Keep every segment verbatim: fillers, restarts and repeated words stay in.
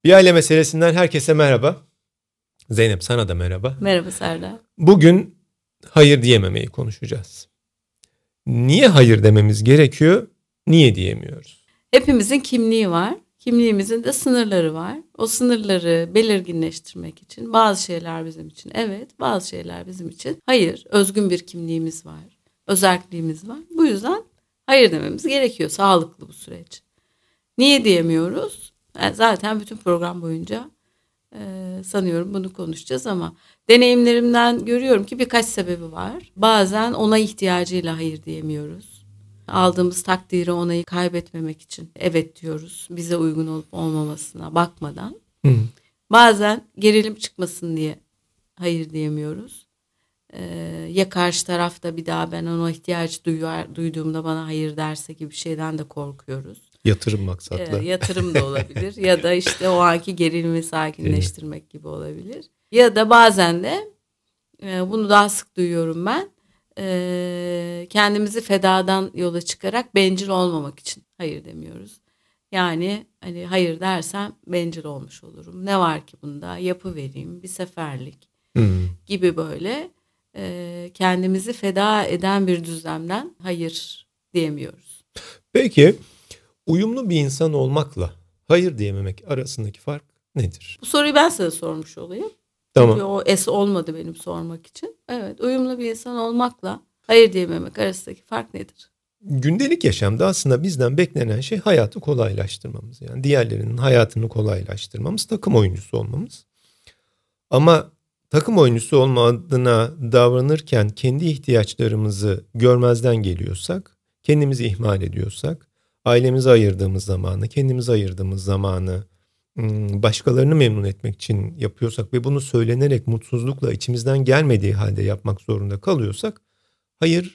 Bir aile meselesinden herkese merhaba. Zeynep, sana da merhaba. Merhaba Serdar. Bugün hayır diyememeyi konuşacağız. Niye hayır dememiz gerekiyor, niye diyemiyoruz? Hepimizin kimliği var. Kimliğimizin de sınırları var. O sınırları belirginleştirmek için bazı şeyler bizim için evet, bazı şeyler bizim için hayır. Özgün bir kimliğimiz var. Özelliğimiz var. Bu yüzden hayır dememiz gerekiyor. Sağlıklı bu süreç. Niye diyemiyoruz? Yani zaten bütün program boyunca e, sanıyorum bunu konuşacağız ama deneyimlerimden görüyorum ki birkaç sebebi var. Bazen onay ihtiyacıyla hayır diyemiyoruz. Aldığımız takdiri, onayı kaybetmemek için evet diyoruz. Bize uygun olup olmamasına bakmadan. Hı. Bazen gerilim çıkmasın diye hayır diyemiyoruz. Ee, ya karşı tarafta bir daha ben ona ihtiyaç duyar, duyduğumda bana hayır derse gibi bir şeyden de korkuyoruz. Yatırım maksatlı. Ee, yatırım da olabilir ya da işte o anki gerilimi sakinleştirmek gibi olabilir. Ya da bazen de e, bunu daha sık duyuyorum ben. E, kendimizi fedadan yola çıkarak bencil olmamak için hayır demiyoruz. Yani hani hayır dersem bencil olmuş olurum. Ne var ki bunda? Yapıvereyim, bir seferlik Hı. gibi böyle e, kendimizi feda eden bir düzlemden hayır diyemiyoruz. Peki uyumlu bir insan olmakla hayır diyememek arasındaki fark nedir? Bu soruyu ben sana sormuş olayım. Tamam. Çünkü o es olmadı benim sormak için. Evet, uyumlu bir insan olmakla hayır diyememek arasındaki fark nedir? Gündelik yaşamda aslında bizden beklenen şey hayatı kolaylaştırmamız. Yani diğerlerinin hayatını kolaylaştırmamız, takım oyuncusu olmamız. Ama takım oyuncusu olma adına davranırken kendi ihtiyaçlarımızı görmezden geliyorsak, kendimizi ihmal ediyorsak, ailemize ayırdığımız zamanı, kendimize ayırdığımız zamanı başkalarını memnun etmek için yapıyorsak ve bunu söylenerek mutsuzlukla içimizden gelmediği halde yapmak zorunda kalıyorsak, hayır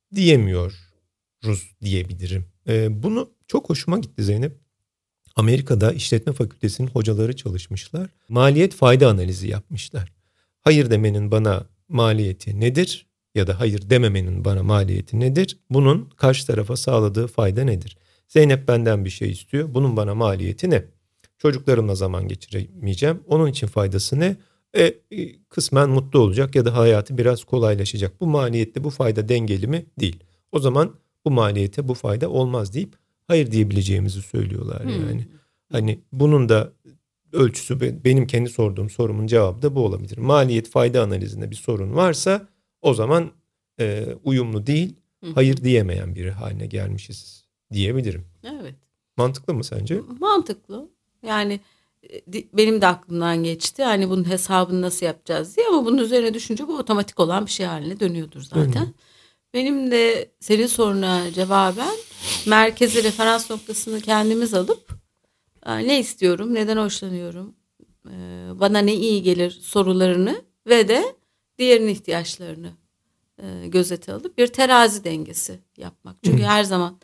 diyemiyoruz diyebilirim. Ee, bunu çok hoşuma gitti Zeynep. Amerika'da işletme fakültesinin hocaları çalışmışlar. Maliyet fayda analizi yapmışlar. Hayır demenin bana maliyeti nedir? Ya da hayır dememenin bana maliyeti nedir? Bunun karşı tarafa sağladığı fayda nedir? Zeynep benden bir şey istiyor. Bunun bana maliyeti ne? Çocuklarımla zaman geçiremeyeceğim. Onun için faydası ne? E, kısmen mutlu olacak ya da hayatı biraz kolaylaşacak. Bu maliyetle bu fayda dengeli mi? Değil. O zaman bu maliyete bu fayda olmaz deyip hayır diyebileceğimizi söylüyorlar yani. Hmm. Hani bunun da ölçüsü, benim kendi sorduğum sorumun cevabı da bu olabilir. Maliyet fayda analizinde bir sorun varsa o zaman e, uyumlu değil, hayır diyemeyen biri haline gelmişiz diyebilirim. Evet. Mantıklı mı sence? Mantıklı. Yani benim de aklımdan geçti. Hani bunun hesabını nasıl yapacağız diye, ama bunun üzerine düşünce bu otomatik olan bir şey haline dönüyordur zaten. Hı-hı. Benim de senin soruna cevaben merkezi referans noktasını kendimiz alıp ne istiyorum, neden hoşlanıyorum, bana ne iyi gelir sorularını ve de diğerinin ihtiyaçlarını gözete alıp bir terazi dengesi yapmak. Çünkü Hı. her zaman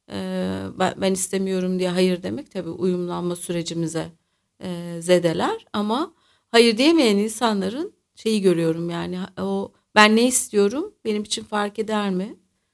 ben istemiyorum diye hayır demek tabii uyumlanma sürecimize zedeler, ama hayır diyemeyen insanların şeyi görüyorum, yani o ben ne istiyorum, benim için fark eder mi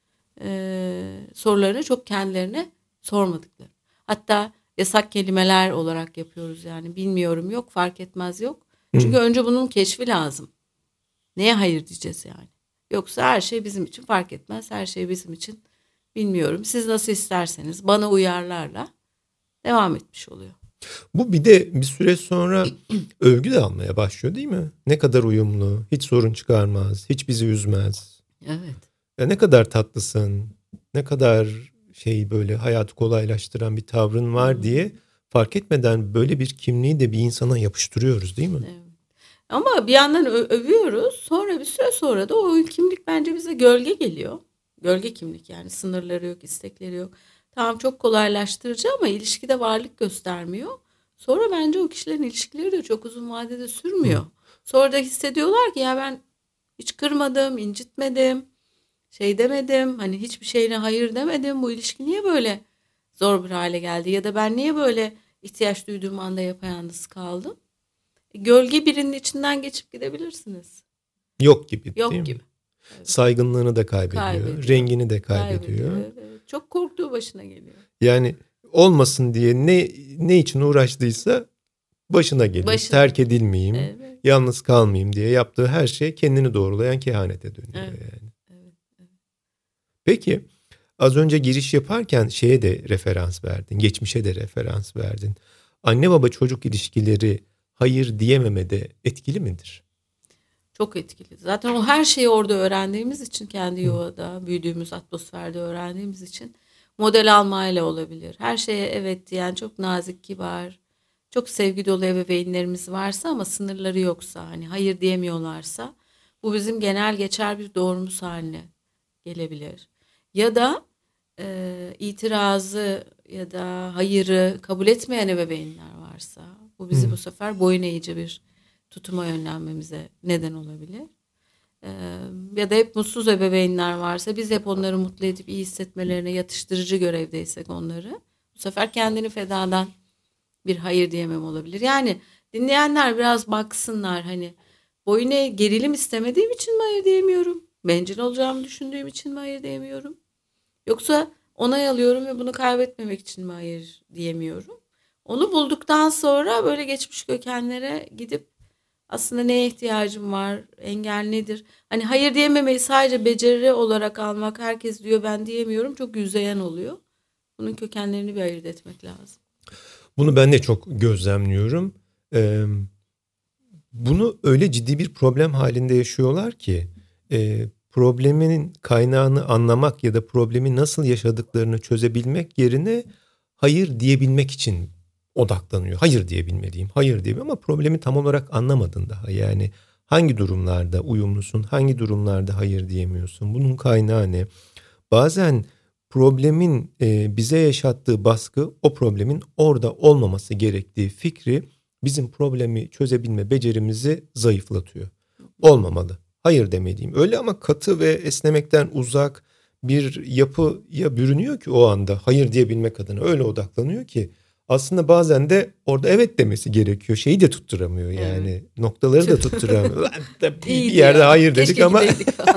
ee, sorularını çok kendilerine sormadıkları. Hatta yasak kelimeler olarak yapıyoruz, yani bilmiyorum yok, fark etmez yok. Çünkü Hı. önce bunun keşfi lazım. Neye hayır diyeceğiz yani? Yoksa her şey bizim için fark etmez, her şey bizim için bilmiyorum, siz nasıl isterseniz bana uyarlarla devam etmiş oluyor. Bu bir de bir süre sonra övgü de almaya başlıyor değil mi? Ne kadar uyumlu, hiç sorun çıkarmaz, hiç bizi üzmez. Evet. Ya ne kadar tatlısın, ne kadar şey böyle hayatı kolaylaştıran bir tavrın var hmm. diye fark etmeden böyle bir kimliği de bir insana yapıştırıyoruz değil mi? Evet. Ama bir yandan ö- övüyoruz, sonra bir süre sonra da o kimlik bence bize gölge geliyor. Gölge kimlik, yani sınırları yok, istekleri yok. Tamam, çok kolaylaştırıcı ama ilişkide varlık göstermiyor. Sonra bence o kişilerin ilişkileri de çok uzun vadede sürmüyor. Hı. Sonra da hissediyorlar ki ya ben hiç kırmadım, incitmedim, şey demedim, hani hiçbir şeyine hayır demedim. Bu ilişki niye böyle zor bir hale geldi? Ya da ben niye böyle ihtiyaç duyduğum anda yapayalnız kaldım? E, gölge birinin içinden geçip gidebilirsiniz. Yok gibi Yok değil gibi. mi? Evet. Saygınlığını da kaybediyor, kaybediyor. Rengini de kaybediyor. kaybediyor evet. Çok korktuğu başına geliyor. Yani olmasın diye ne ne için uğraştıysa Başına gelir, Başına- terk edilmeyeyim, Evet. yalnız kalmayayım diye yaptığı her şey kendini doğrulayan kehanete dönüyor Evet. yani. Evet. Peki az önce giriş yaparken şeye de referans verdin, geçmişe de referans verdin. Anne baba çocuk ilişkileri hayır diyememede etkili midir? Çok etkili. Zaten o her şeyi orada öğrendiğimiz için, kendi yuvada, büyüdüğümüz atmosferde öğrendiğimiz için model almayla olabilir. Her şeye evet diyen, çok nazik, kibar, çok sevgi dolu ebeveynlerimiz varsa ama sınırları yoksa, hani hayır diyemiyorlarsa, bu bizim genel geçer bir doğrumuz haline gelebilir. Ya da e, itirazı ya da hayırı kabul etmeyen ebeveynler varsa, bu bizi Hmm. bu sefer boyun eğici bir tutuma yönlenmemize neden olabilir. Ee, ya da hep mutsuz ebeveynler varsa, biz hep onları mutlu edip iyi hissetmelerine yatıştırıcı görevdeysek onları, bu sefer kendini fedadan bir hayır diyemem olabilir. Yani dinleyenler biraz baksınlar, hani boyun eğ, gerilim istemediğim için mi hayır diyemiyorum? Bencil olacağımı düşündüğüm için mi hayır diyemiyorum? Yoksa onay alıyorum ve bunu kaybetmemek için mi hayır diyemiyorum? Onu bulduktan sonra böyle geçmiş kökenlere gidip aslında neye ihtiyacım var, engel nedir? Hani hayır diyememeyi sadece beceri olarak almak, herkes diyor ben diyemiyorum, çok yüzeyen oluyor. Bunun kökenlerini bir ayırt etmek lazım. Bunu ben de çok gözlemliyorum. Ee, bunu öyle ciddi bir problem halinde yaşıyorlar ki e, problemin kaynağını anlamak ya da problemi nasıl yaşadıklarını çözebilmek yerine hayır diyebilmek için odaklanıyor. Hayır diyebilmeliyim, hayır diyebilirim ama problemi tam olarak anlamadın daha. Yani hangi durumlarda uyumlusun, hangi durumlarda hayır diyemiyorsun, bunun kaynağı ne? Bazen problemin e, bize yaşattığı baskı, o problemin orada olmaması gerektiği fikri bizim problemi çözebilme becerimizi zayıflatıyor. Olmamalı. Hayır demeliyim. Öyle ama katı ve esnemekten uzak bir yapıya bürünüyor ki o anda hayır diyebilmek adına öyle odaklanıyor ki aslında bazen de orada evet demesi gerekiyor. Şeyi de tutturamıyor yani. Evet. Noktaları da tutturamıyor. bir, bir İyiydi yerde ya. hayır dedik Keşke ama gideydik falan.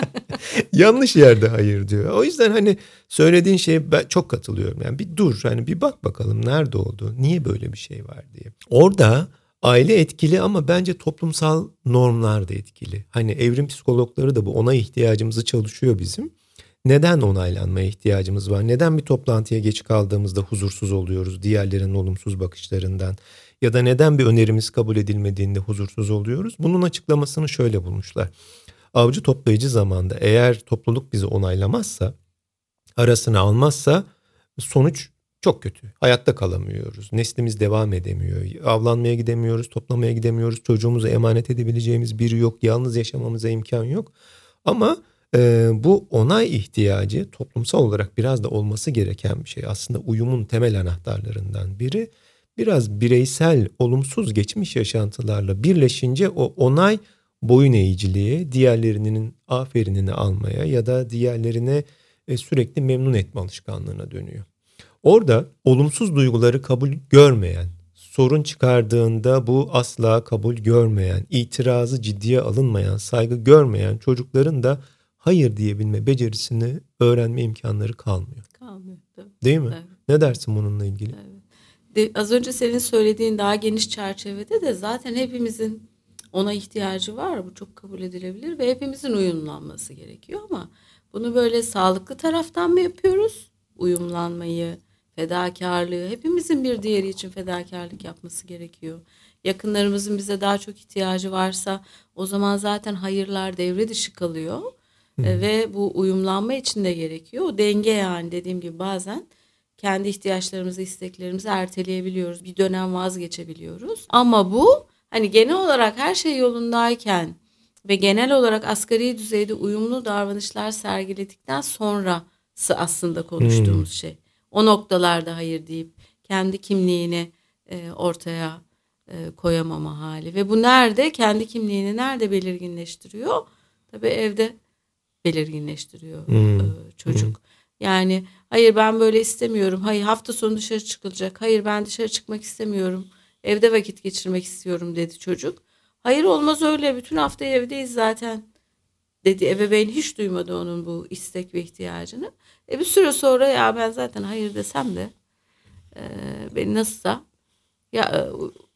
yanlış yerde hayır diyor. O yüzden hani söylediğin şeye ben çok katılıyorum. Yani bir dur, hani bir bak bakalım nerede oldu, niye böyle bir şey var diye. Orada aile etkili ama bence toplumsal normlar da etkili. Hani evrim psikologları da bu onay ihtiyacımızı çalışıyor bizim. Neden onaylanmaya ihtiyacımız var? Neden bir toplantıya geç kaldığımızda huzursuz oluyoruz diğerlerinin olumsuz bakışlarından? Ya da neden bir önerimiz kabul edilmediğinde huzursuz oluyoruz? Bunun açıklamasını şöyle bulmuşlar. Avcı toplayıcı zamanda eğer topluluk bizi onaylamazsa, arasına almazsa sonuç çok kötü. Hayatta kalamıyoruz. Neslimiz devam edemiyor. Avlanmaya gidemiyoruz, toplamaya gidemiyoruz. Çocuğumuzu emanet edebileceğimiz biri yok. Yalnız yaşamamıza imkan yok. Ama e, bu onay ihtiyacı toplumsal olarak biraz da olması gereken bir şey. Aslında uyumun temel anahtarlarından biri. Biraz bireysel, olumsuz geçmiş yaşantılarla birleşince o onay boyun eğiciliğe, diğerlerinin aferinini almaya ya da diğerlerine e, sürekli memnun etme alışkanlığına dönüyor. Orada olumsuz duyguları kabul görmeyen, sorun çıkardığında bu asla kabul görmeyen, itirazı ciddiye alınmayan, saygı görmeyen çocukların da hayır diyebilme becerisini öğrenme imkanları kalmıyor. Kalmıyor tabii. Değil mi? Evet. Ne dersin bununla ilgili? Evet. De, az önce senin söylediğin daha geniş çerçevede de zaten hepimizin ona ihtiyacı var. Bu çok kabul edilebilir ve hepimizin uyumlanması gerekiyor ama bunu böyle sağlıklı taraftan mı yapıyoruz? Uyumlanmayı, fedakarlığı, hepimizin bir diğeri için fedakarlık yapması gerekiyor. Yakınlarımızın bize daha çok ihtiyacı varsa o zaman zaten hayırlar devre dışı kalıyor. E, ve bu uyumlanma için de gerekiyor. O denge, yani dediğim gibi bazen kendi ihtiyaçlarımızı, isteklerimizi erteleyebiliyoruz. Bir dönem vazgeçebiliyoruz. Ama bu hani genel olarak her şey yolundayken ve genel olarak asgari düzeyde uyumlu davranışlar sergiledikten sonrası aslında konuştuğumuz Hmm. şey. O noktalarda hayır deyip kendi kimliğini e, ortaya e, koyamama hali. Ve bu nerede? Kendi kimliğini nerede belirginleştiriyor? Tabii evde belirginleştiriyor Hmm. e, çocuk. Yani hayır ben böyle istemiyorum. Hayır hafta sonu dışarı çıkılacak. Hayır ben dışarı çıkmak istemiyorum. Evde vakit geçirmek istiyorum dedi çocuk. Hayır olmaz öyle. Bütün hafta evdeyiz zaten dedi. Ebeveyn hiç duymadı onun bu istek ve ihtiyacını. E bir süre sonra ya ben zaten hayır desem de e, beni nasılsa ya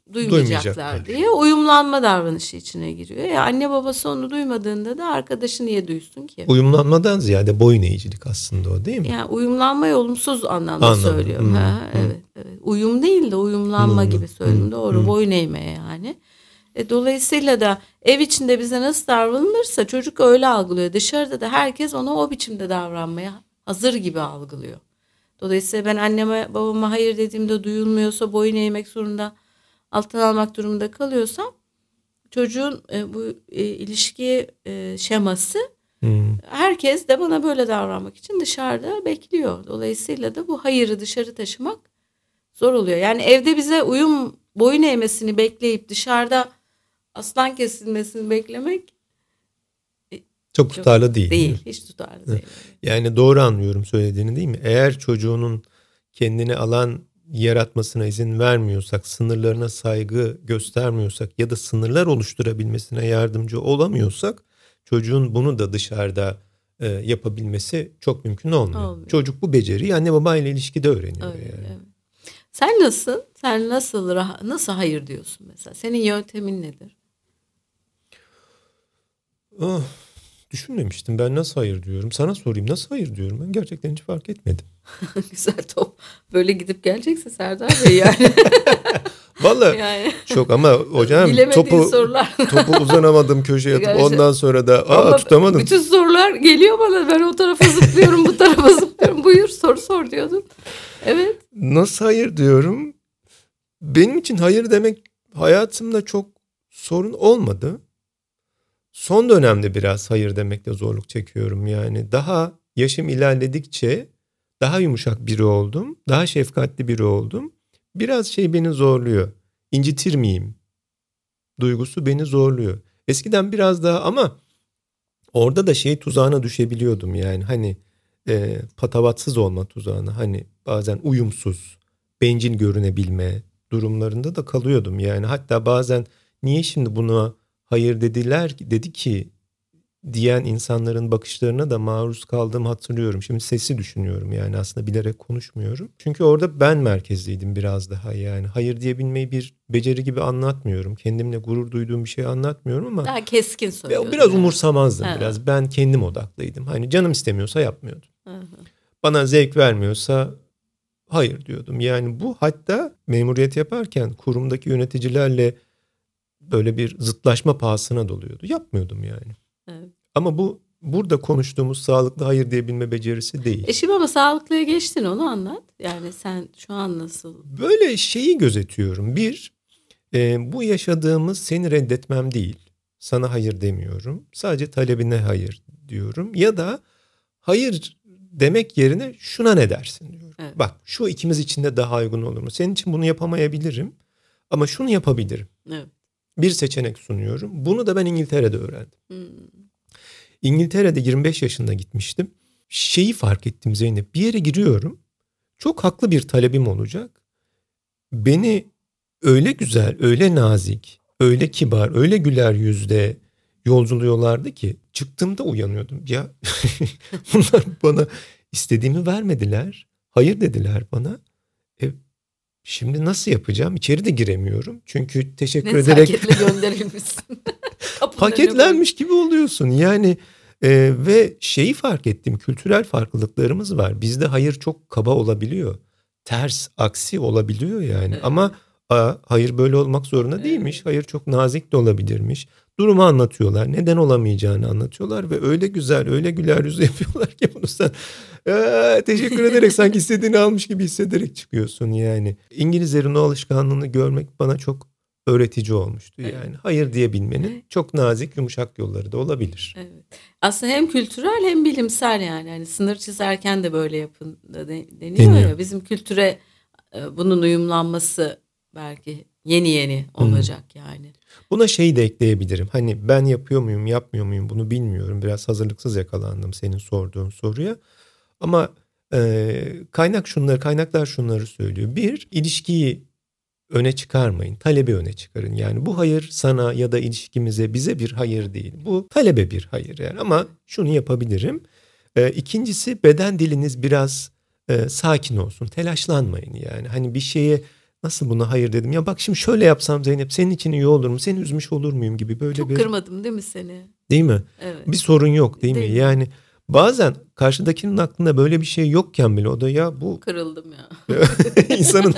duymayacaklar, Duymayacaklar. diye uyumlanma davranışı içine giriyor. Ya anne babası onu duymadığında da arkadaşı niye duysun ki? Uyumlanmadan ziyade boyun eğicilik aslında o, değil mi? Yani uyumlanmayı olumsuz anlamda Anladım. söylüyorum. Hmm, Ha, hmm. evet, evet. Uyum değil de uyumlanma Hmm, gibi söyledim. hmm, Doğru. hmm. Boyun eğmeye yani. E, dolayısıyla da ev içinde bize nasıl davranılırsa çocuk öyle algılıyor. Dışarıda da herkes ona o biçimde davranmaya hazır gibi algılıyor. Dolayısıyla ben anneme babama hayır dediğimde duyulmuyorsa, boyun eğmek zorunda, alttan almak durumunda kalıyorsam, çocuğun e, bu e, ilişki e, şeması, Hmm. herkes de bana böyle davranmak için dışarıda bekliyor. Dolayısıyla da bu hayırı dışarı taşımak zor oluyor. Yani evde bize uyum, boyun eğmesini bekleyip dışarıda aslan kesilmesini beklemek Çok tutarlı değil. değil. değil Hiç tutarlı değil. Yani doğru anlıyorum söylediğini, değil mi? Eğer çocuğunun kendine alan yaratmasına izin vermiyorsak, sınırlarına saygı göstermiyorsak ya da sınırlar oluşturabilmesine yardımcı olamıyorsak, çocuğun bunu da dışarıda e, yapabilmesi çok mümkün olmuyor. Olmuyor. Çocuk bu beceriyi anne babayla ilişkide öğreniyor. Öyle, yani. evet. Sen nasıl? Sen nasıl rah- nasıl hayır diyorsun mesela? Senin yöntemin nedir? Oh, düşünmemiştim. Ben nasıl hayır diyorum? Sana sorayım, nasıl hayır diyorum? Ben gerçekten hiç fark etmedim. Güzel top. Böyle gidip gelecekse Serdar Bey yani. Vallahi yani. çok ama hocam Bilemediğin topu sorular. topu uzanamadım köşeye atıp Gerçi- ondan sonra da aa Ama tutamadım. bütün sorular geliyor bana. Ben o tarafa zıplıyorum, bu tarafa zıplıyorum. Buyur soru sor diyordum. Evet. Nasıl hayır diyorum? Benim için hayır demek hayatımda çok sorun olmadı. Son dönemde biraz hayır demekte zorluk çekiyorum yani. Daha yaşım ilerledikçe daha yumuşak biri oldum. Daha şefkatli biri oldum. Biraz şey beni zorluyor. İncitir miyim? Duygusu beni zorluyor. Eskiden biraz daha ama orada da şey tuzağına düşebiliyordum yani. Hani e, patavatsız olma tuzağına. Hani bazen uyumsuz, bencil görünebilme durumlarında da kalıyordum yani. Hatta bazen niye şimdi buna hayır dediler dedi ki diyen insanların bakışlarına da maruz kaldığımı hatırlıyorum. Şimdi sesi düşünüyorum yani, aslında bilerek konuşmuyorum. Çünkü orada ben merkezliydim biraz daha yani. Hayır diyebilmeyi bir beceri gibi anlatmıyorum. Kendimle gurur duyduğum bir şey anlatmıyorum ama Daha keskin söylüyordum. biraz yani. umursamazdım. Ha. Biraz ben kendim odaklıydım. Hani canım istemiyorsa yapmıyordum. Hı hı. Bana zevk vermiyorsa hayır diyordum. Yani bu hatta memuriyet yaparken kurumdaki yöneticilerle böyle bir zıtlaşma pahasına doluyordu. Yapmıyordum yani. Evet. Ama bu burada konuştuğumuz sağlıklı hayır diyebilme becerisi değil. E şimdi ama sağlıklıya geçtin, onu anlat. Yani sen şu an nasıl? Böyle şeyi gözetiyorum. Bir, e, bu yaşadığımız seni reddetmem değil. Sana hayır demiyorum. Sadece talebine hayır diyorum. Ya da hayır demek yerine şuna ne dersin diyorum. Evet. Bak şu ikimiz için de daha uygun olur mu? Senin için bunu yapamayabilirim ama şunu yapabilirim. Evet. Bir seçenek sunuyorum. Bunu da ben İngiltere'de öğrendim. Hmm. İngiltere'de yirmi beş yaşında gitmiştim. Şeyi fark ettim Zeynep. Bir yere giriyorum. Çok haklı bir talebim olacak. Beni öyle güzel, öyle nazik, öyle kibar, öyle güler yüzle yolculuyorlardı ki çıktığımda uyanıyordum. Ya bunlar bana istediğimi vermediler. Hayır dediler bana. E, şimdi nasıl yapacağım? İçeri de giremiyorum. Çünkü teşekkür ederek Nezaketle gönderilmişsin. paketlenmiş gibi oluyorsun. Yani e, ve şeyi fark ettim. Kültürel farklılıklarımız var. Bizde hayır çok kaba olabiliyor. Ters, aksi olabiliyor yani. Evet. Ama a, hayır böyle olmak zorunda değilmiş. Evet. Hayır çok nazik de olabilirmiş. Durumu anlatıyorlar. Neden olamayacağını anlatıyorlar ve öyle güzel, öyle güler yüzü yapıyorlar ki bunu sen ee, teşekkür ederek sanki istediğini almış gibi hissederek çıkıyorsun yani. İngilizlerin o alışkanlığını görmek bana çok öğretici olmuştu Evet. yani. Hayır diyebilmenin çok nazik, yumuşak yolları da olabilir. Evet. Aslında hem kültürel hem bilimsel yani. Hani sınır çizerken de böyle yapın da de- deniyor Deniyor. ya. Bizim kültüre e, bunun uyumlanması belki yeni yeni olacak yani. Buna şey de ekleyebilirim. Hani ben yapıyor muyum, yapmıyor muyum bunu bilmiyorum. Biraz hazırlıksız yakalandım senin sorduğun soruya. Ama e, kaynak şunları, kaynaklar şunları söylüyor. Bir, ilişkiyi öne çıkarmayın. Talebi öne çıkarın. Yani bu hayır sana ya da ilişkimize, bize bir hayır değil. Bu talebe bir hayır yani. Ama şunu yapabilirim. E, ikincisi, beden diliniz biraz e, sakin olsun. Telaşlanmayın yani. Hani bir şeye Nasıl buna hayır dedim. Ya bak şimdi şöyle yapsam Zeynep senin için iyi olur mu? Seni üzmüş olur muyum gibi böyle Çok bir... kırmadım değil mi seni? Değil mi? Evet. Bir sorun yok değil, Değil mi? mi? Yani bazen karşıdakinin aklında böyle bir şey yokken bile o da ya bu Kırıldım ya. insanın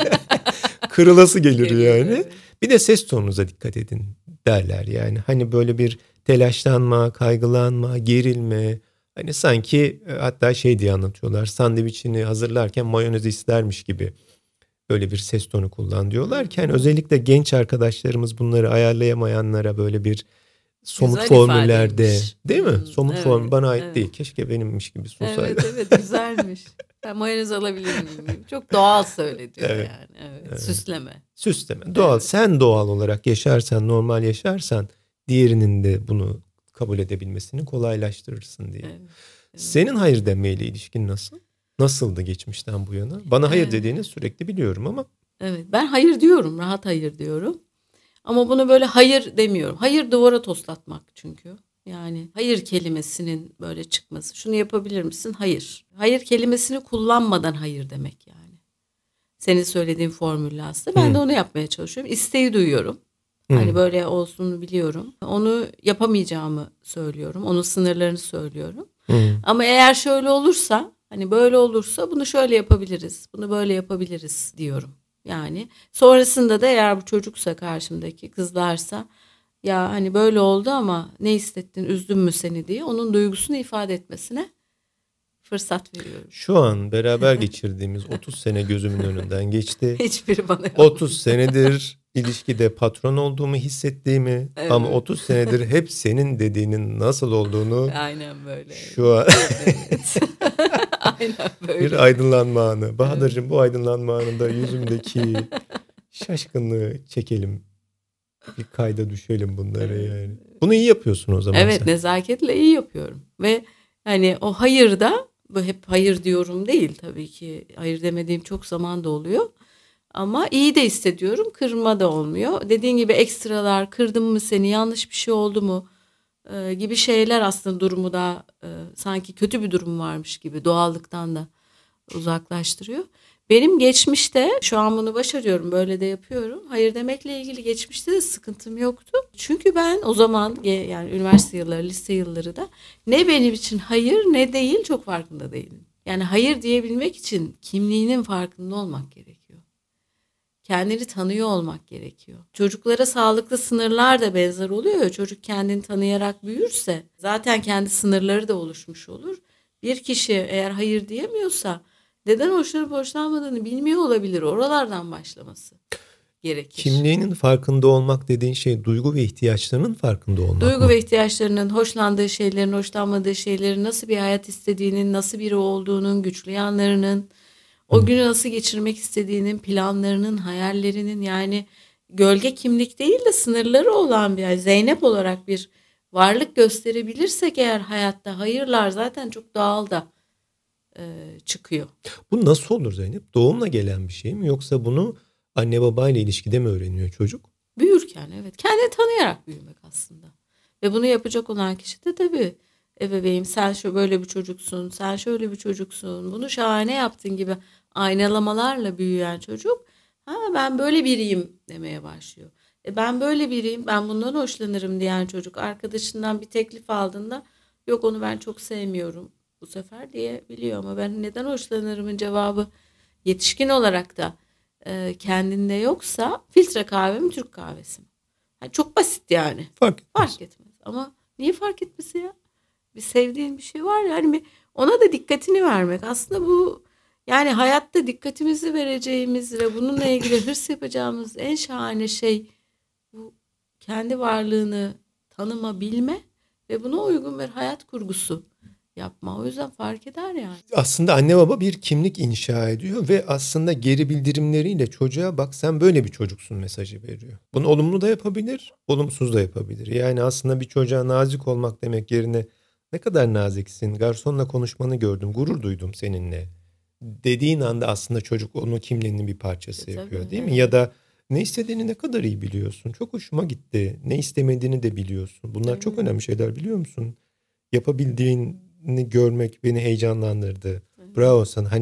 kırılası gelir Geliyor, yani. evet. Bir de ses tonunuza dikkat edin derler yani. Hani böyle bir telaşlanma, kaygılanma, gerilme. Hani sanki e, hatta şey diye anlatıyorlar. Sandviçini hazırlarken mayonez istermiş gibi böyle bir ses tonu kullan diyorlarken özellikle genç arkadaşlarımız bunları ayarlayamayanlara böyle bir somut Güzel formüllerde ifadeymiş. değil mi? Hmm, Somut evet, form bana ait evet. değil. Keşke benimmiş gibi sunsaydı. Evet evet güzelmiş. Ben mayonez alabilir miyim? Çok doğal söyle diyor Evet. yani. Evet. Evet. Süsleme. Süsleme. Doğal. Evet. Sen doğal olarak yaşarsan, normal yaşarsan diğerinin de bunu kabul edebilmesini kolaylaştırırsın diye. Evet. Evet. Senin hayır demeyle ilişkin nasıl? Nasıldı geçmişten bu yana? Bana hayır Evet. dediğini sürekli biliyorum ama. Evet. Ben hayır diyorum. Rahat hayır diyorum. Ama bunu böyle hayır demiyorum. Hayır duvara toslatmak çünkü. Yani hayır kelimesinin böyle çıkması. Şunu yapabilir misin? Hayır. Hayır kelimesini kullanmadan hayır demek yani. Senin söylediğin formülle aslında. Ben Hı. de onu yapmaya çalışıyorum. İsteği duyuyorum. Hı. Hani böyle olsun biliyorum. Onu yapamayacağımı söylüyorum. Onun sınırlarını söylüyorum. Hı. Ama eğer şöyle olursa, hani böyle olursa bunu şöyle yapabiliriz. Bunu böyle yapabiliriz diyorum. Yani sonrasında da eğer bu çocuksa karşımdaki kızlarsa ya hani böyle oldu ama ne hissettin, üzdün mü seni diye onun duygusunu ifade etmesine fırsat veriyorum. Şu an beraber geçirdiğimiz otuz sene gözümün önünden geçti. Hiçbiri bana yok. otuz senedir ilişkide patron olduğumu hissettiğimi Evet. ama otuz senedir hep senin dediğinin nasıl olduğunu Aynen böyle. şu an Evet. Aynen böyle. bir aydınlanma anı. Bahadır'cığım bu aydınlanma anında yüzümdeki şaşkınlığı çekelim. Bir kayda düşelim bunları yani. Bunu iyi yapıyorsun o zaman Evet, sen. nezaketle iyi yapıyorum. Ve hani o hayır da bu hep hayır diyorum değil tabii ki. Hayır demediğim çok zaman da oluyor. Ama iyi de hissediyorum. Kırma da olmuyor. Dediğin gibi ekstralar, kırdım mı seni, yanlış bir şey oldu mu e, gibi şeyler aslında durumu da e, sanki kötü bir durum varmış gibi doğallıktan da uzaklaştırıyor. Benim geçmişte şu an bunu başarıyorum, böyle de yapıyorum. Hayır demekle ilgili geçmişte de sıkıntım yoktu. Çünkü ben o zaman yani üniversite yılları, lise yılları da ne benim için hayır ne değil çok farkında değilim. Yani hayır diyebilmek için kimliğinin farkında olmak gerekiyor. Kendini tanıyor olmak gerekiyor. Çocuklara sağlıklı sınırlar da benzer oluyor ya. Çocuk kendini tanıyarak büyürse zaten kendi sınırları da oluşmuş olur. Bir kişi eğer hayır diyemiyorsa neden hoşlanıp hoşlanmadığını bilmiyor olabilir. Oralardan başlaması gerekir. Kimliğinin farkında olmak dediğin şey duygu ve ihtiyaçlarının farkında olmak Duygu mı? ve ihtiyaçlarının, hoşlandığı şeylerin, hoşlanmadığı şeylerin, nasıl bir hayat istediğinin, nasıl biri olduğunun, güçlü yanlarının, o günü nasıl geçirmek istediğinin, planlarının, hayallerinin, yani gölge kimlik değil de sınırları olan bir, yani Zeynep olarak bir varlık gösterebilirsek eğer hayatta hayırlar zaten çok doğal da e, çıkıyor. Bu nasıl olur Zeynep? Doğumla gelen bir şey mi yoksa bunu anne babayla ilişkide mi öğreniyor çocuk? Büyürken evet, kendini tanıyarak büyümek aslında. Ve bunu yapacak olan kişi de tabii ebeveyn, sen şu böyle bir çocuksun, sen şöyle bir çocuksun, bunu şahane yaptın gibi aynalamalarla büyüyen çocuk, ha ben böyle biriyim demeye başlıyor. E ben böyle biriyim, ben bundan hoşlanırım diyen çocuk arkadaşından bir teklif aldığında yok onu ben çok sevmiyorum bu sefer diyebiliyor, ama ben neden hoşlanırımın cevabı yetişkin olarak da e, kendinde yoksa filtre kahve mi Türk kahvesi mi? Yani çok basit yani. Fark etmez. Fark etmez. Ama niye fark etmesi ya? Bir sevdiğin bir şey var ya, hani bir ona da dikkatini vermek. Aslında bu yani hayatta dikkatimizi vereceğimiz ve bununla ilgili hırs yapacağımız en şahane şey bu, kendi varlığını tanıma, bilme ve buna uygun bir hayat kurgusu yapma. O yüzden fark eder yani. Aslında anne baba bir kimlik inşa ediyor ve aslında geri bildirimleriyle çocuğa bak sen böyle bir çocuksun mesajı veriyor. Bunu olumlu da yapabilir, olumsuz da yapabilir. Yani aslında bir çocuğa nazik olmak demek yerine ne kadar naziksin, garsonla konuşmanı gördüm, gurur duydum seninle dediğin anda aslında çocuk onun kimliğinin bir parçası E, yapıyor tabii, değil mi? evet. Ya da ne istediğini ne kadar iyi biliyorsun, çok hoşuma gitti, ne istemediğini de biliyorsun. Bunlar çok Evet. önemli şeyler biliyor musun? Yapabildiğini görmek beni heyecanlandırdı. Evet. Bravo sana. Hani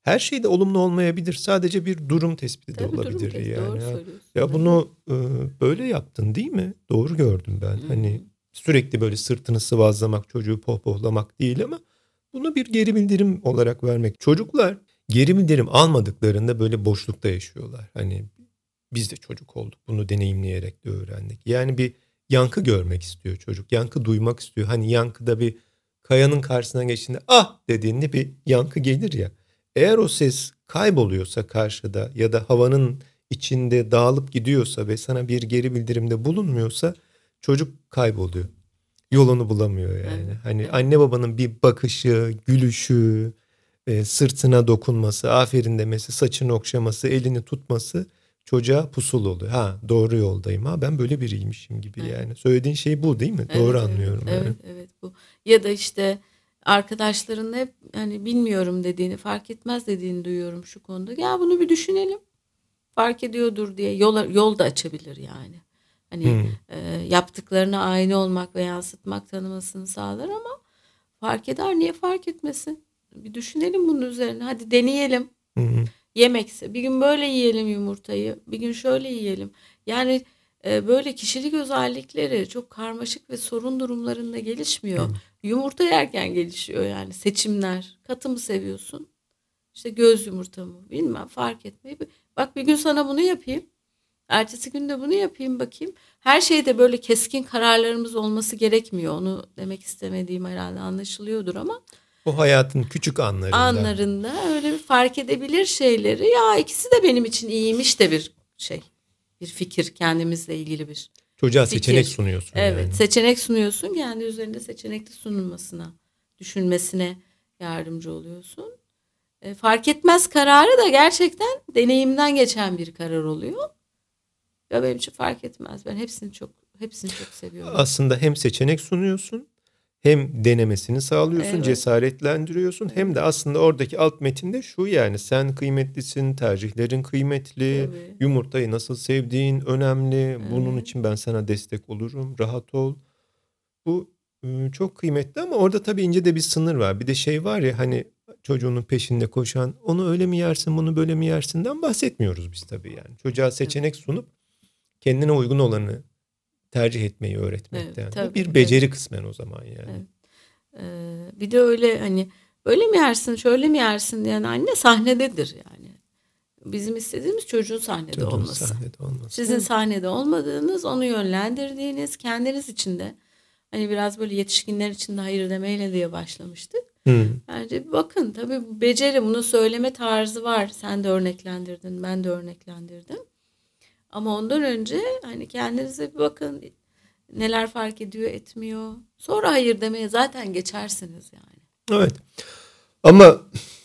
her şey de olumlu olmayabilir. Sadece bir durum tespiti de Tabii, olabilir durum tespiti, yani. doğru Ya, söylüyorsun. ya bunu e, böyle yaptın değil mi? Doğru gördüm ben. Hı. Hani sürekli böyle sırtını sıvazlamak, çocuğu pohpohlamak değil ama bunu bir geri bildirim olarak vermek. Çocuklar geri bildirim almadıklarında böyle boşlukta yaşıyorlar. Hani biz de çocuk olduk. Bunu deneyimleyerek de öğrendik. Yani bir yankı görmek istiyor çocuk. Yankı duymak istiyor. Hani yankıda bir kayanın karşısına geçtiğinde ah dediğinde bir yankı gelir ya. Eğer o ses kayboluyorsa karşıda ya da havanın içinde dağılıp gidiyorsa ve sana bir geri bildirimde bulunmuyorsa çocuk kayboluyor. Yolunu bulamıyor yani. Evet, Hani evet. anne babanın bir bakışı, gülüşü, e, sırtına dokunması, aferin demesi, saçını okşaması, elini tutması çocuğa pusul oluyor. Ha doğru yoldayım ha ben böyle biriymişim gibi Evet. yani. Söylediğin şey bu değil mi? Evet, Doğru evet, anlıyorum yani. evet, evet bu. Ya da işte arkadaşların hep hani bilmiyorum dediğini, fark etmez dediğini duyuyorum şu konuda. Ya bunu bir düşünelim. Fark ediyordur diye yol yol da açabilir yani. Hani Hmm. e, yaptıklarına aynı olmak ve yansıtmak tanımasını sağlar ama fark eder, niye fark etmesin? Bir düşünelim bunun üzerine. Hadi deneyelim. Hı hı. Yemekse bir gün böyle yiyelim yumurtayı, bir gün şöyle yiyelim. Yani e, böyle kişilik özellikleri çok karmaşık ve sorun durumlarında gelişmiyor. Hı. Yumurta yerken gelişiyor yani seçimler. Katı mı seviyorsun? İşte göz yumurta mı? Bilmem, fark etmeyi. Bak bir gün sana bunu yapayım. Ertesi gün de bunu yapayım bakayım. Her şeyde böyle keskin kararlarımız olması gerekmiyor. Onu demek istemediğim herhalde anlaşılıyordur ama O hayatın küçük anlarında. anlarında öyle bir fark edebilir şeyleri. Ya ikisi de benim için iyiymiş de bir şey. Bir fikir, kendimizle ilgili bir Çocuğa fikir. seçenek sunuyorsun Evet, yani. seçenek sunuyorsun. Kendi üzerinde seçenekli sunulmasına, düşünmesine yardımcı oluyorsun. E, fark etmez kararı da gerçekten deneyimden geçen bir karar oluyor. Ya benim için fark etmez. Ben hepsini çok hepsini çok seviyorum. Aslında hem seçenek sunuyorsun, hem denemesini sağlıyorsun, Evet. cesaretlendiriyorsun. Hem de aslında oradaki alt metinde şu yani sen kıymetlisin, tercihlerin kıymetli, Tabii. yumurtayı nasıl sevdiğin önemli. Bunun Evet. için ben sana destek olurum, rahat ol. Bu e, çok kıymetli ama orada tabii ince de bir sınır var. Bir de şey var ya hani çocuğunun peşinde koşan, onu öyle mi yersin, bunu böyle mi yersinden bahsetmiyoruz biz tabii yani. Çocuğa seçenek sunup kendine uygun olanı tercih etmeyi öğretmekten. Evet, Bu tabii, bir beceri evet. kısmen o zaman yani. Evet. Ee, bir de öyle hani böyle mi yersin, şöyle mi yersin diyen anne sahnededir yani. Bizim istediğimiz çocuğun sahnede Çocuğun olması. sahnede olması. Sizin Evet. sahnede olmadığınız, onu yönlendirdiğiniz, kendiniz için de hani biraz böyle yetişkinler için de hayır demeyle diye başlamıştık. Hı. Bence bir bakın tabii bu beceri, bunu söyleme tarzı var. Sen de örneklendirdin, ben de örneklendirdim. Ama ondan önce hani kendinize bir bakın, neler fark ediyor, etmiyor. Sonra hayır demeye zaten geçersiniz yani. Evet. Ama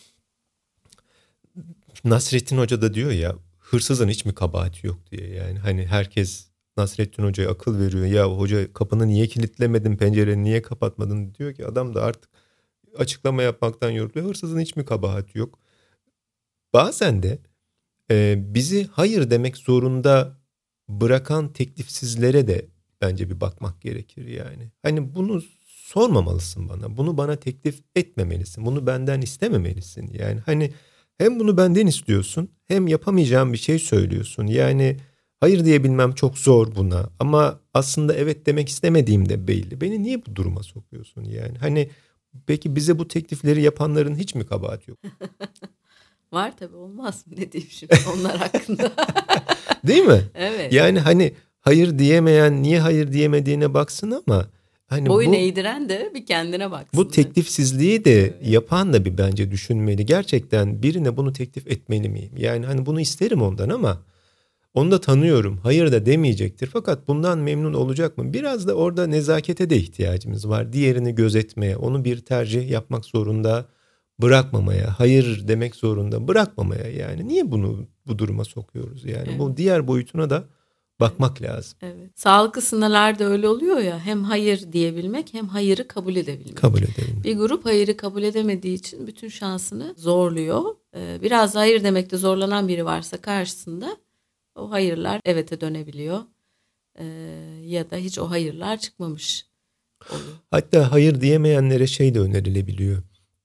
Nasrettin Hoca da diyor ya hırsızın hiç mi kabahati yok diye yani. Hani herkes Nasrettin Hoca'ya akıl veriyor. Ya hoca kapını niye kilitlemedin, pencereni niye kapatmadın diyor ki adam da artık açıklama yapmaktan yoruluyor. Hırsızın hiç mi kabahati yok? Bazen de e, bizi hayır demek zorunda bırakan teklifsizlere de bence bir bakmak gerekir yani. Hani bunu sormamalısın bana. Bunu bana teklif etmemelisin. Bunu benden istememelisin. Yani hani hem bunu benden istiyorsun hem yapamayacağım bir şey söylüyorsun. Yani hayır diyebilmem çok zor buna ama aslında evet demek istemediğim de belli. Beni niye bu duruma sokuyorsun yani? Hani peki bize bu teklifleri yapanların hiç mi kabahati yok? Var tabii, olmaz mı? Ne diyeyim şimdi onlar hakkında. Değil mi? Evet. Yani hani hayır diyemeyen niye hayır diyemediğine baksın ama hani Boyun bu eğdiren de bir kendine baksın. bu teklifsizliği de Evet. yapan da bir bence düşünmeli. Gerçekten birine bunu teklif etmeli miyim? Yani hani bunu isterim ondan ama onu da tanıyorum. Hayır da demeyecektir. Fakat bundan memnun olacak mı? Biraz da orada nezakete de ihtiyacımız var. Diğerini gözetmeye, onu bir tercih yapmak zorunda bırakmamaya, hayır demek zorunda bırakmamaya yani. Niye bunu bu duruma sokuyoruz yani? Evet. Bu diğer boyutuna da bakmak lazım. Evet. Sağlıklı sınırlarda öyle oluyor ya, hem hayır diyebilmek hem hayırı kabul edebilmek. Kabul edelim. Bir grup hayırı kabul edemediği için bütün şansını zorluyor. Ee, biraz da hayır demekte zorlanan biri varsa karşısında o hayırlar evete dönebiliyor. Ee, ya da hiç o hayırlar çıkmamış oluyor. Hatta hayır diyemeyenlere şey de önerilebiliyor.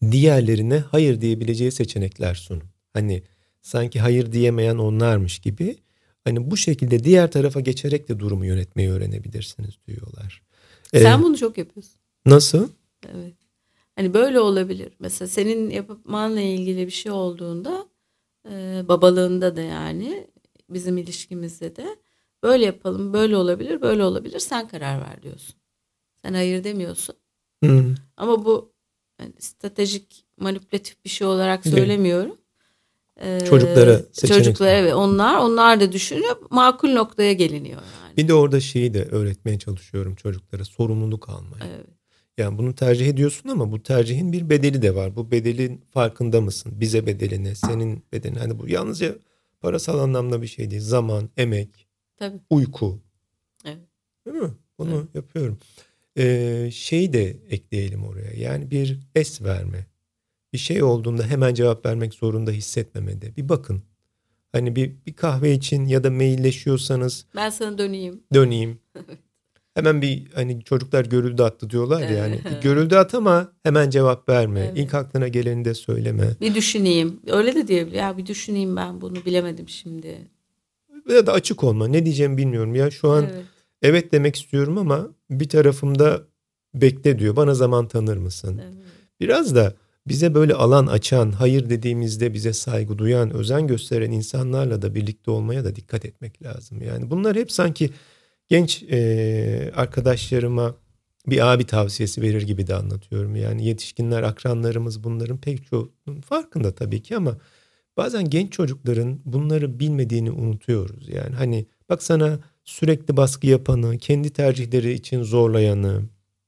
diğerlerine hayır diyebileceği seçenekler sunun. Hani sanki hayır diyemeyen onlarmış gibi. Hani bu şekilde diğer tarafa geçerek de durumu yönetmeyi öğrenebilirsiniz diyorlar. Sen Ee, bunu çok yapıyorsun. nasıl? Evet. Hani böyle olabilir. Mesela senin yapmanla ilgili bir şey olduğunda e, babalığında da yani bizim ilişkimizde de böyle yapalım, böyle olabilir, böyle olabilir. Sen karar ver diyorsun. Sen hayır demiyorsun. Hmm, Ama bu yani stratejik, manipülatif bir şey olarak değil. söylemiyorum. Çocuklara Ee, seçenek çocuklar sun. evet onlar onlar da düşünüp makul noktaya geliniyor yani. Bir de orada şeyi de öğretmeye çalışıyorum çocuklara, sorumluluk almayı. Evet. Yani bunu tercih ediyorsun ama bu tercihin bir bedeli de var. Bu bedelin farkında mısın? Bize bedelini, senin bedelini. Hani bu yalnızca parasal anlamda bir şey değil. Zaman, emek, Tabii. uyku. Evet. Değil mi? Bunu Evet. yapıyorum. Ee, şeyi de ekleyelim oraya. Yani bir es verme. Bir şey olduğunda hemen cevap vermek zorunda hissetmemede. Bir bakın. Hani bir, bir kahve için ya da mailleşiyorsanız Ben sana döneyim. döneyim. Hemen bir hani çocuklar görüldü attı diyorlar ya hani bir Evet. görüldü at ama hemen cevap verme. İlk Evet. aklına geleni de söyleme. Bir düşüneyim. Öyle de diyebilir. Ya bir düşüneyim ben bunu bilemedim şimdi. Ya da açık olma. Ne diyeceğimi bilmiyorum ya. Şu an Evet. evet demek istiyorum ama bir tarafımda bekle diyor. Bana zaman tanır mısın? Evet. Biraz da bize böyle alan açan, hayır dediğimizde bize saygı duyan, özen gösteren insanlarla da birlikte olmaya da dikkat etmek lazım. Yani bunlar hep sanki genç e, arkadaşlarıma bir abi tavsiyesi verir gibi de anlatıyorum. Yani yetişkinler, akranlarımız bunların pek çoğunun farkında tabii ki ama bazen genç çocukların bunları bilmediğini unutuyoruz. Yani hani bak sana sürekli baskı yapanı, kendi tercihleri için zorlayanı,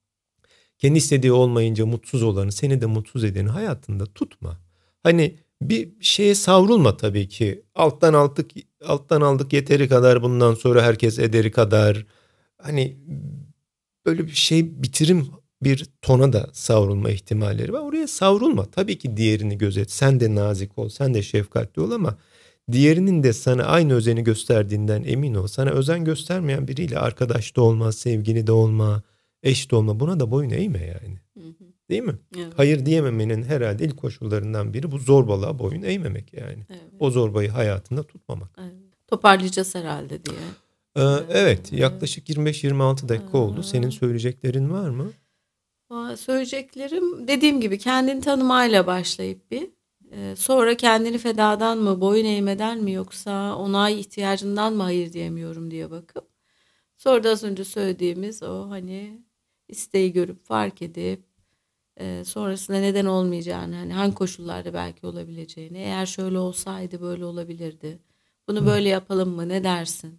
kendi istediği olmayınca mutsuz olanı, seni de mutsuz edeni hayatında tutma. Hani bir şeye savrulma tabii ki. Alttan aldık, alttan aldık yeteri kadar bundan sonra herkes ederi kadar. Hani böyle bir şey bitirim bir tona da savrulma ihtimalleri var. Oraya savrulma. Tabii ki diğerini gözet. Sen de nazik ol, sen de şefkatli ol ama diğerinin de sana aynı özeni gösterdiğinden emin ol. Sana özen göstermeyen biriyle arkadaş da olma, sevgili de olma, eş de olma. Buna da boyun eğme yani. Hı hı. Değil mi? Evet. Hayır diyememenin herhalde ilk koşullarından biri bu zorbalığa boyun eğmemek yani. Evet. O zorbayı hayatında tutmamak. Evet. Toparlayacağız herhalde diye. Ee, Ee, evet, evet. yaklaşık yirmi beş yirmi altı dakika oldu. Senin Ee, söyleyeceklerin var mı? Aa, söyleyeceklerim dediğim gibi kendini tanımayla başlayıp bir e, sonra kendini fedadan mı boyun eğmeden mi yoksa onay ihtiyacından mı hayır diyemiyorum diye bakıp sonra da az önce söylediğimiz o hani isteği görüp fark edip e, sonrasında neden olmayacağını hani hangi koşullarda belki olabileceğini eğer şöyle olsaydı böyle olabilirdi bunu Hı. böyle yapalım mı ne dersin?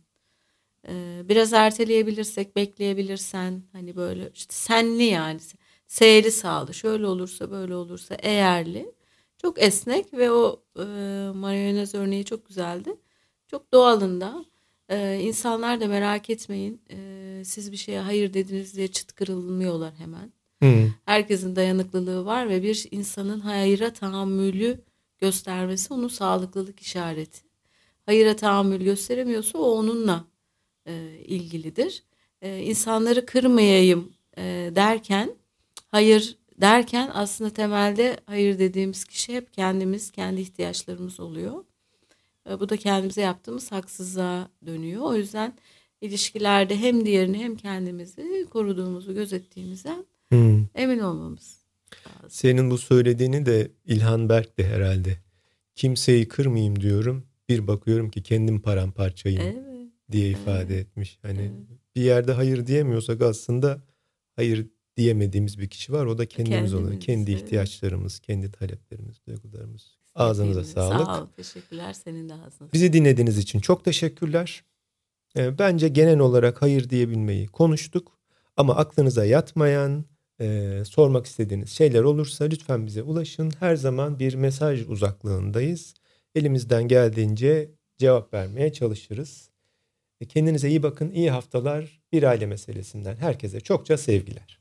Ee, biraz erteleyebilirsek, bekleyebilirsen hani böyle işte senli yani seyri sağlı. Şöyle olursa böyle olursa eğerli. Çok esnek ve o e, mayonez örneği çok güzeldi. Çok doğalında. Ee, insanlar da merak etmeyin. Ee, siz bir şeye hayır dediniz diye çıt kırılmıyorlar hemen. Hı. Herkesin dayanıklılığı var ve bir insanın hayıra tahammülü göstermesi onun sağlıklılık işareti. Hayıra tahammül gösteremiyorsa o onunla e, ilgilidir. E, insanları kırmayayım e, derken, hayır derken aslında temelde hayır dediğimiz kişi hep kendimiz, kendi ihtiyaçlarımız oluyor. E, bu da kendimize yaptığımız haksızlığa dönüyor. O yüzden ilişkilerde hem diğerini hem kendimizi koruduğumuzu, gözettiğimizden Hı. emin olmamız lazım. Senin bu söylediğini de İlhan Berk'ti herhalde. Kimseyi kırmayayım diyorum. Bir bakıyorum ki kendim paramparçayım Evet, diye evet, ifade etmiş. Hani evet. bir yerde hayır diyemiyorsak aslında hayır diyemediğimiz bir kişi var. O da kendimiz oluyor. Kendimiz, Kendi evet. ihtiyaçlarımız, kendi taleplerimiz, duygularımız. Ağzınıza Hepimiz. Sağ sağlık. ol, teşekkürler. Senin de ağzına Bizi sağlık. dinlediğiniz için çok teşekkürler. E, Bence genel olarak hayır diyebilmeyi konuştuk. Ama aklınıza yatmayan, e, sormak istediğiniz şeyler olursa lütfen bize ulaşın. Her zaman bir mesaj uzaklığındayız. Elimizden geldiğince cevap vermeye çalışırız. E, Kendinize iyi bakın, iyi haftalar. Bir aile meselesinden herkese çokça sevgiler.